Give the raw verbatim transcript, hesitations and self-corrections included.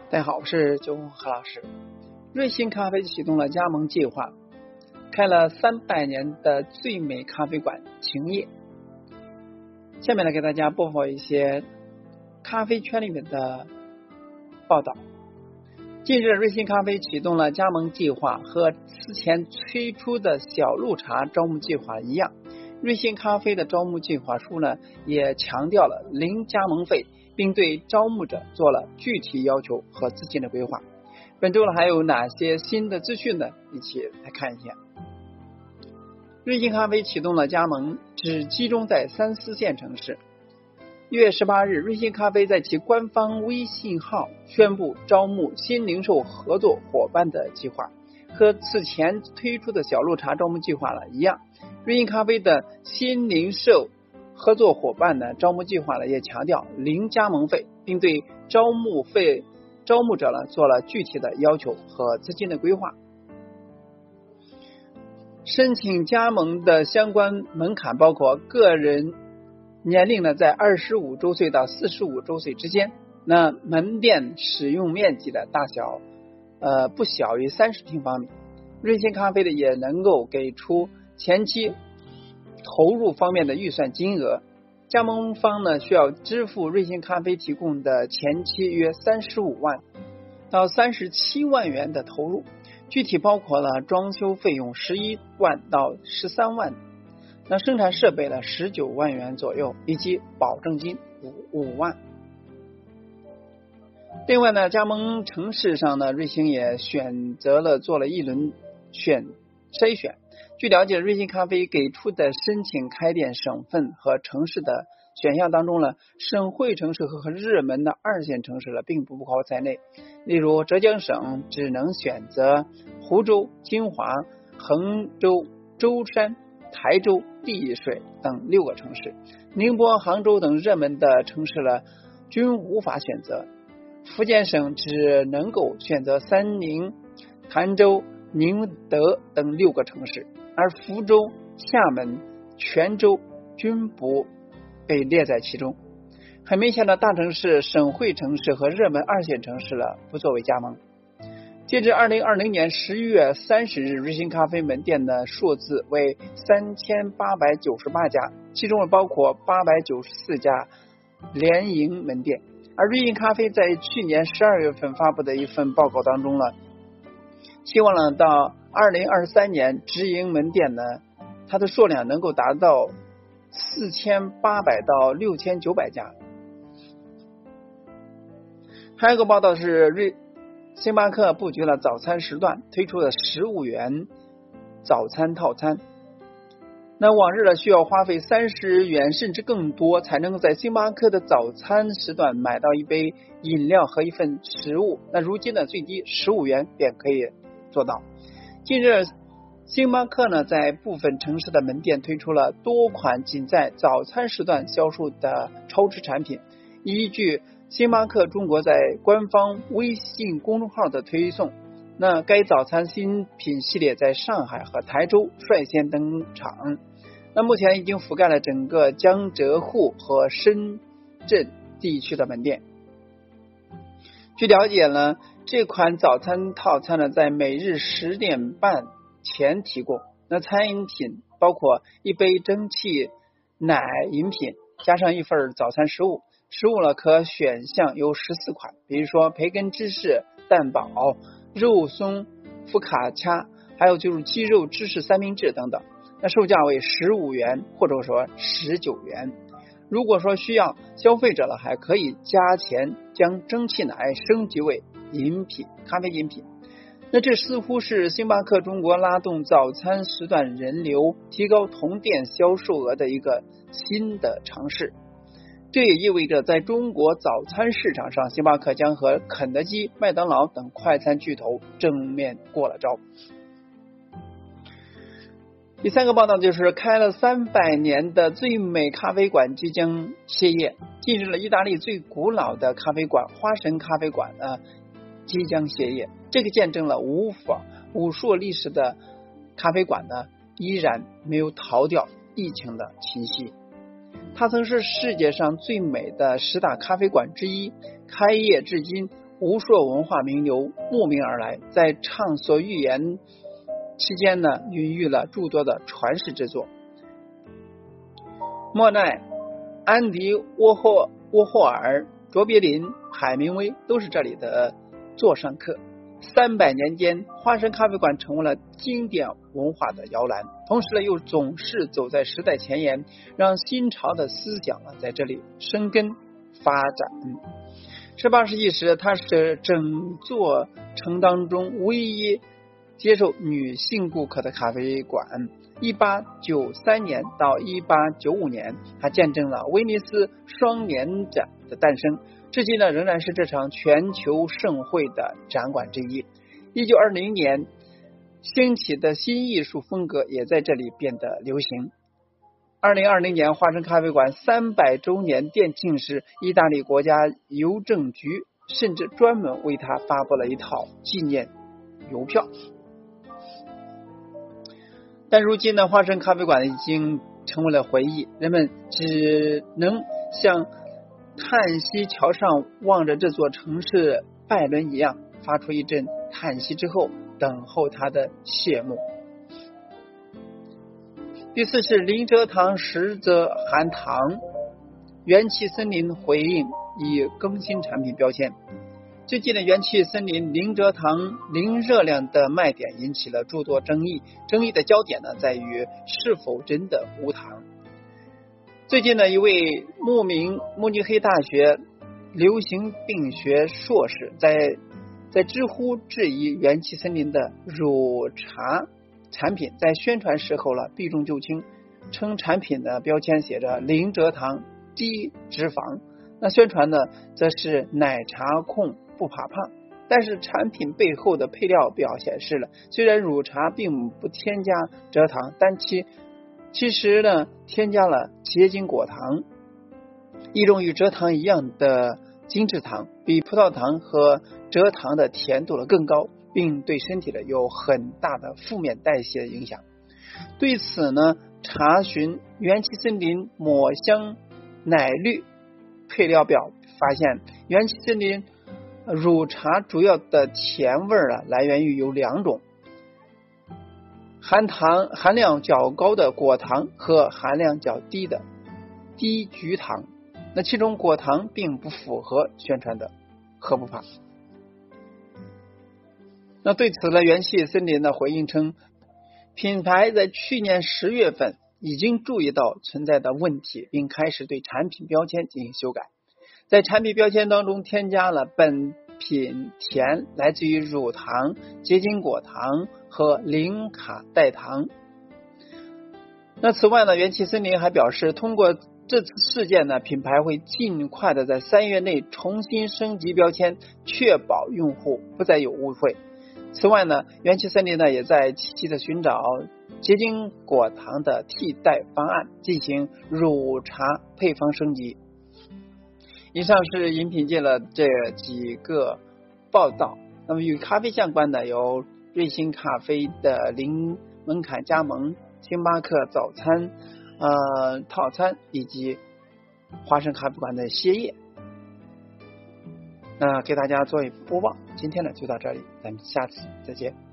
大家好，我是九红何老师。瑞幸咖啡启动了加盟计划，开了三百年的最美咖啡馆晴夜。下面来给大家播报一些咖啡圈里面的报道。近日，瑞幸咖啡启动了加盟计划，和此前推出的小鹿茶招募计划一样，瑞幸咖啡的招募计划书呢也强调了零加盟费，并对招募者做了具体要求和资金的规划。本周呢还有哪些新的资讯呢？一起来看一下。瑞幸咖啡启动了加盟，只集中在三四线城市。一月十八日，瑞幸咖啡在其官方微信号宣布招募新零售合作伙伴的计划，和此前推出的小鹿茶招募计划了一样。瑞幸咖啡的新零售合作伙伴呢招募计划呢也强调零加盟费，并对招募费招募者呢做了具体的要求和资金的规划。申请加盟的相关门槛包括个人年龄呢在二十五周岁到四十五周岁之间，那门店使用面积的大小呃不小于三十平方米。瑞幸咖啡的也能够给出前期投入方面的预算金额，加盟方呢需要支付瑞幸咖啡提供的前期约三十五万到三十七万元的投入，具体包括了装修费用十一万到十三万，那生产设备呢十九万元左右，以及保证金五万。另外呢，加盟城市上呢，瑞幸也选择了做了一轮选筛选。据了解，瑞幸咖啡给出的申请开店省份和城市的选项当中呢，省会城市和热门的二线城市呢并不包括在内。例如浙江省只能选择湖州、金华、衡州、舟山、台州、丽水等六个城市，宁波、杭州等热门的城市呢均无法选择。福建省只能够选择三宁、潭州、宁德等六个城市，而福州、厦门、泉州均不被列在其中。很明显的，大城市、省会城市和热门二线城市了不作为加盟。截至二零二零年十一月三十日，瑞幸咖啡门店的数字为三千八百九十八家，其中包括八百九十四家联营门店。而瑞幸咖啡在去年十二月份发布的一份报告当中呢，希望呢到二零二三年直营门店呢，它的数量能够达到四千八百到六千九百家。还有一个报道是瑞星巴克布局了早餐时段，推出了十五元早餐套餐。那往日呢需要花费三十元甚至更多才能够在星巴克的早餐时段买到一杯饮料和一份食物，那如今呢最低十五元便可以做到。近日星巴克呢在部分城市的门店推出了多款仅在早餐时段销售的超值产品。依据星巴克中国在官方微信公众号的推送，那该早餐新品系列在上海和台州率先登场，那目前已经覆盖了整个江浙沪和深圳地区的门店。据了解呢，这款早餐套餐呢在每日十点半前提供，那餐饮品包括一杯蒸汽奶饮品加上一份早餐食物，食物呢可选项有十四款，比如说培根芝士蛋堡、肉松福卡恰，还有就是鸡肉芝士三明治等等，那售价为十五元或者说十九元。如果说需要，消费者呢还可以加钱将蒸汽奶升级为饮品咖啡饮品。那这似乎是星巴克中国拉动早餐时段人流，提高同店销售额的一个新的尝试。这也意味着在中国早餐市场上，星巴克将和肯德基、麦当劳等快餐巨头正面过了招。第三个报道就是开了三百年的最美咖啡馆即将歇业。近日了，意大利最古老的咖啡馆花神咖啡馆呢即将歇业，这个见证了无法无数历史的咖啡馆呢依然没有逃掉疫情的侵袭。它曾是世界上最美的十大咖啡馆之一，开业至今无数文化名流慕名而来，在畅所欲言期间呢，孕育了诸多的传世之作。莫奈、安迪沃霍沃霍尔、卓别林、海明威都是这里的座上客。三百年间，花生咖啡馆成为了经典文化的摇篮，同时呢，又总是走在时代前沿，让新潮的思想呢在这里生根发展。十八世纪时，它是整座城当中唯一接受女性顾客的咖啡馆。一八九三年到一八九五年，它见证了威尼斯双年展的诞生，至今呢仍然是这场全球盛会的展馆之一。一九二零年兴起的新艺术风格也在这里变得流行。二零二零年花生咖啡馆三百周年店庆时，意大利国家邮政局甚至专门为它发布了一套纪念邮票。但如今呢，花生咖啡馆已经成为了回忆，人们只能像叹息桥上望着这座城市拜伦一样，发出一阵叹息之后，等候它的谢幕。第四是林蔗糖实则含糖，元气森林回应已更新产品标签。最近的元气森林零蔗糖零热量的卖点引起了诸多争议，争议的焦点呢在于是否真的无糖。最近呢，一位慕名慕尼黑大学流行病学硕士在在知乎质疑元气森林的乳茶产品，在宣传时候了避重就轻，称产品的标签写着零蔗糖低脂肪，那宣传呢则是奶茶控不怕胖，但是产品背后的配料表显示了，虽然乳茶并不添加蔗糖，但其其实呢添加了结晶果糖，一种与蔗糖一样的精制糖，比葡萄糖和蔗糖的甜度更高，并对身体的有很大的负面代谢影响。对此呢，查询元气森林抹香奶绿配料表发现，元气森林乳茶主要的甜味啊来源于有两种，含糖含量较高的果糖和含量较低的低菊糖，那其中果糖并不符合宣传的喝不怕。那对此呢，元气森林的回应称，品牌在去年十月份已经注意到存在的问题，并开始对产品标签进行修改，在产品标签当中添加了本品甜来自于乳糖、结晶果糖和零卡代糖。那此外呢，元气森林还表示，通过这次事件呢，品牌会尽快的在三月内重新升级标签，确保用户不再有误会。此外呢，元气森林呢也在积极的寻找结晶果糖的替代方案，进行乳茶配方升级。以上是饮品界了这几个报道。那么与咖啡相关的有瑞幸咖啡的零门槛加盟、星巴克早餐呃套餐以及花生咖啡馆的歇业。那给大家做一播报，今天呢就到这里，咱们下次再见。